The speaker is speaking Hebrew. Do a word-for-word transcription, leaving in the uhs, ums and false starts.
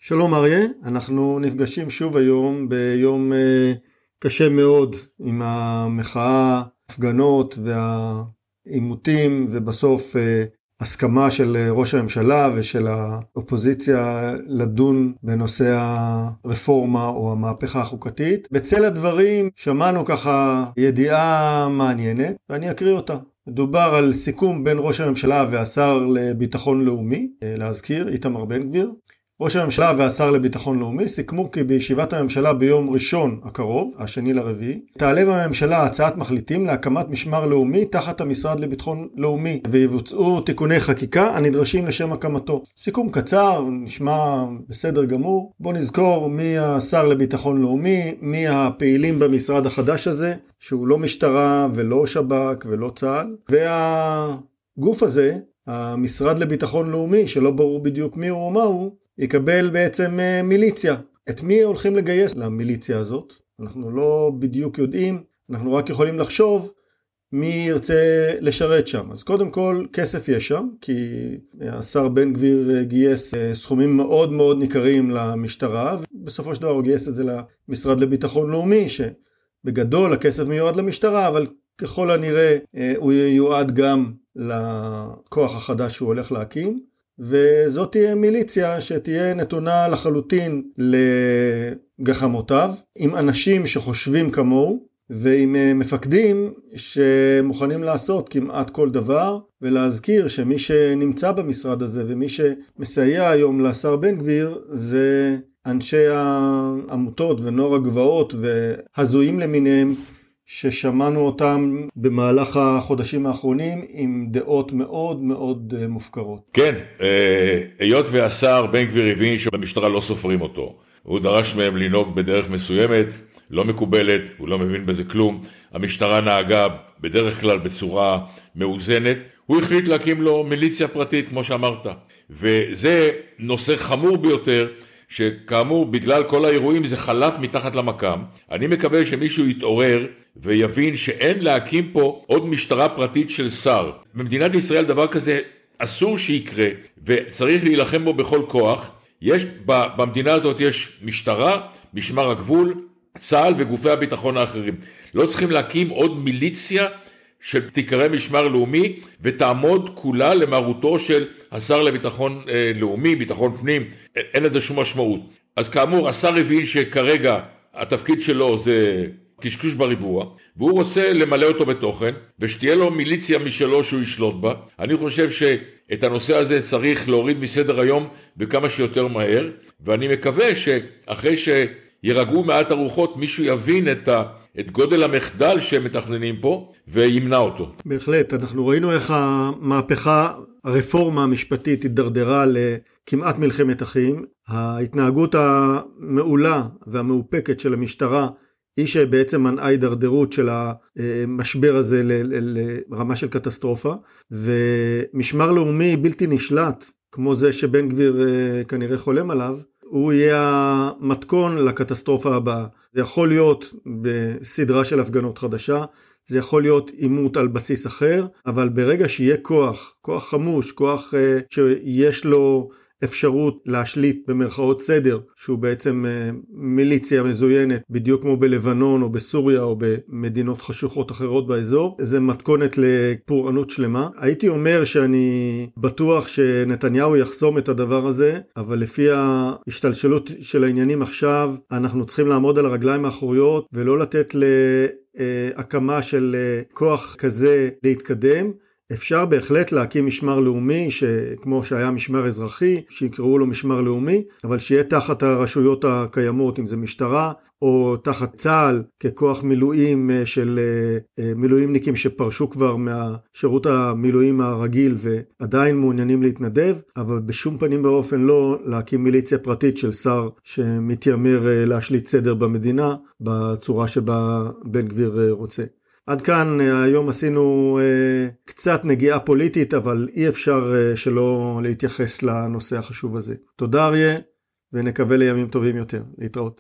שלום אריה, אנחנו נפגשים שוב היום ביום קשה מאוד עם המחאה, הפגנות והעימותים ובסוף הסכמה של ראש הממשלה ושל האופוזיציה לדון בנושא הרפורמה או המהפכה החוקתית. בצל הדברים שמענו ככה ידיעה מעניינת ואני אקריא אותה. מדובר על סיכום בין ראש הממשלה והשר לביטחון לאומי, להזכיר, איתמר בן גביר. ראש הממשלה והשר לביטחון לאומי סיכמו כי בישיבת הממשלה ביום ראשון הקרוב, השני לרביעי, תעלה בממשלה הצעת מחליטים להקמת משמר לאומי תחת המשרד לביטחון לאומי, ויבוצעו תיקוני חקיקה הנדרשים לשם הקמתו. סיכום קצר, נשמע בסדר גמור. בוא נזכור מי השר לביטחון לאומי, מי הפעילים במשרד החדש הזה, שהוא לא משטרה ולא שב"כ ולא צה"ל, והגוף הזה, המשרד לביטחון לאומי, שלא ברור בדיוק מי הוא או מה הוא, יקבל בעצם מיליציה. את מי הולכים לגייס למיליציה הזאת? אנחנו לא בדיוק יודעים, אנחנו רק יכולים לחשוב מי ירצה לשרת שם. אז קודם כל, כסף יש שם, כי השר בן גביר גייס סכומים מאוד מאוד ניכרים למשטרה, ובסופו של דבר הוא גייס את זה למשרד לביטחון לאומי, שבגדול הכסף מיועד למשטרה, אבל ככל הנראה הוא ייועד גם לכוח החדש שהוא הולך להקים. וזאת תהיה מיליציה שתהיה נתונה לחלוטין לגחמותיו, עם אנשים שחושבים כמוהו, ועם מפקדים שמוכנים לעשות כמעט כל דבר, ולהזכיר שמי שנמצא במשרד הזה, ומי שמסייע היום לשר בן גביר, זה אנשי העמותות ונוער הגבעות, והזויים למיניהם, ששמענו אותם במהלך החודשים האחרונים עם דעות מאוד מאוד מופקרות. כן, היות והשר בן גביר הבין שבמשטרה לא סופרים אותו, הוא דרש מהם לנהוג בדרך מסוימת, לא מקובלת, הוא לא מבין בזה כלום, המשטרה נהגה בדרך כלל בצורה מאוזנת, הוא החליט להקים לו מיליציה פרטית כמו שאמרת, וזה נושא חמור ביותר, שכאמור בגלל כל האירועים זה חלף מתחת למקם. אני מקווה שמישהו יתעורר ויבין שאין להקים פה עוד משטרה פרטית של שר. במדינת ישראל דבר כזה אסור שיקרה וצריך להילחם בו בכל כוח. יש, במדינה הזאת יש משטרה, משמר הגבול, צה"ל וגופי הביטחון האחרים. לא צריכים להקים עוד מיליציה שתיקרא משמר לאומי ותעמוד כולה למרותו של השר לביטחון אה, לאומי, ביטחון פנים, אין לזה שום משמעות. אז כאמור, השר הבין שכרגע התפקיד שלו זה קשקוש בריבוע, והוא רוצה למלא אותו בתוכן, ושתהיה לו מיליציה משלו שהוא ישלוט בה. אני חושב שאת הנושא הזה צריך להוריד מסדר היום וכמה שיותר מהר, ואני מקווה שאחרי שירגעו מעט הרוחות, מישהו יבין את ה... את גודל המחדל שהם מתכננים פה, וימנע אותו. בהחלט, אנחנו ראינו איך המהפכה, הרפורמה המשפטית התדרדרה לכמעט מלחמת אחים. ההתנהגות המעולה והמאופקת של המשטרה, היא שבעצם מנעה הידרדרות של המשבר הזה לרמה של קטסטרופה, ומשמר לאומי בלתי נשלט, כמו זה שבן גביר כנראה חולם עליו, הוא יהיה המתכון לקטסטרופה הבאה. זה יכול להיות בסדרה של הפגנות חדשה, זה יכול להיות עימות על בסיס אחר, אבל ברגע שיהיה כוח, כוח חמוש, כוח uh, שיש לו אפשרות להשליט במרכאות סדר, שהוא בעצם uh, מיליציה מזוינת, בדיוק כמו בלבנון או בסוריה או במדינות חשוכות אחרות באזור, זה מתכונת לפורענות שלמה. הייתי אומר שאני בטוח שנתניהו יחסום את הדבר הזה, אבל לפי ההשתלשלות של העניינים עכשיו, אנחנו צריכים לעמוד על הרגליים האחוריות ולא לתת להקמה של כוח כזה להתקדם. אפשר בהחלט להקים משמר לאומי, שכמו שהיה משמר אזרחי, שיקראו לו משמר לאומי, אבל שיהיה תחת הרשויות הקיימות, אם זה משטרה, או תחת צה"ל, ככוח מילואים של מילואימניקים שפרשו כבר מהשירות המילואים הרגיל, ועדיין מעוניינים להתנדב, אבל בשום פנים באופן לא להקים מיליציה פרטית של שר, שמתיימר להשליט סדר במדינה, בצורה שבה בן גביר רוצה. עד כאן היום עשינו אה, קצת נגיעה פוליטית, אבל אי אפשר אה, שלא להתייחס לנושא החשוב הזה. תודה אריה, ונקווה לימים טובים יותר. להתראות.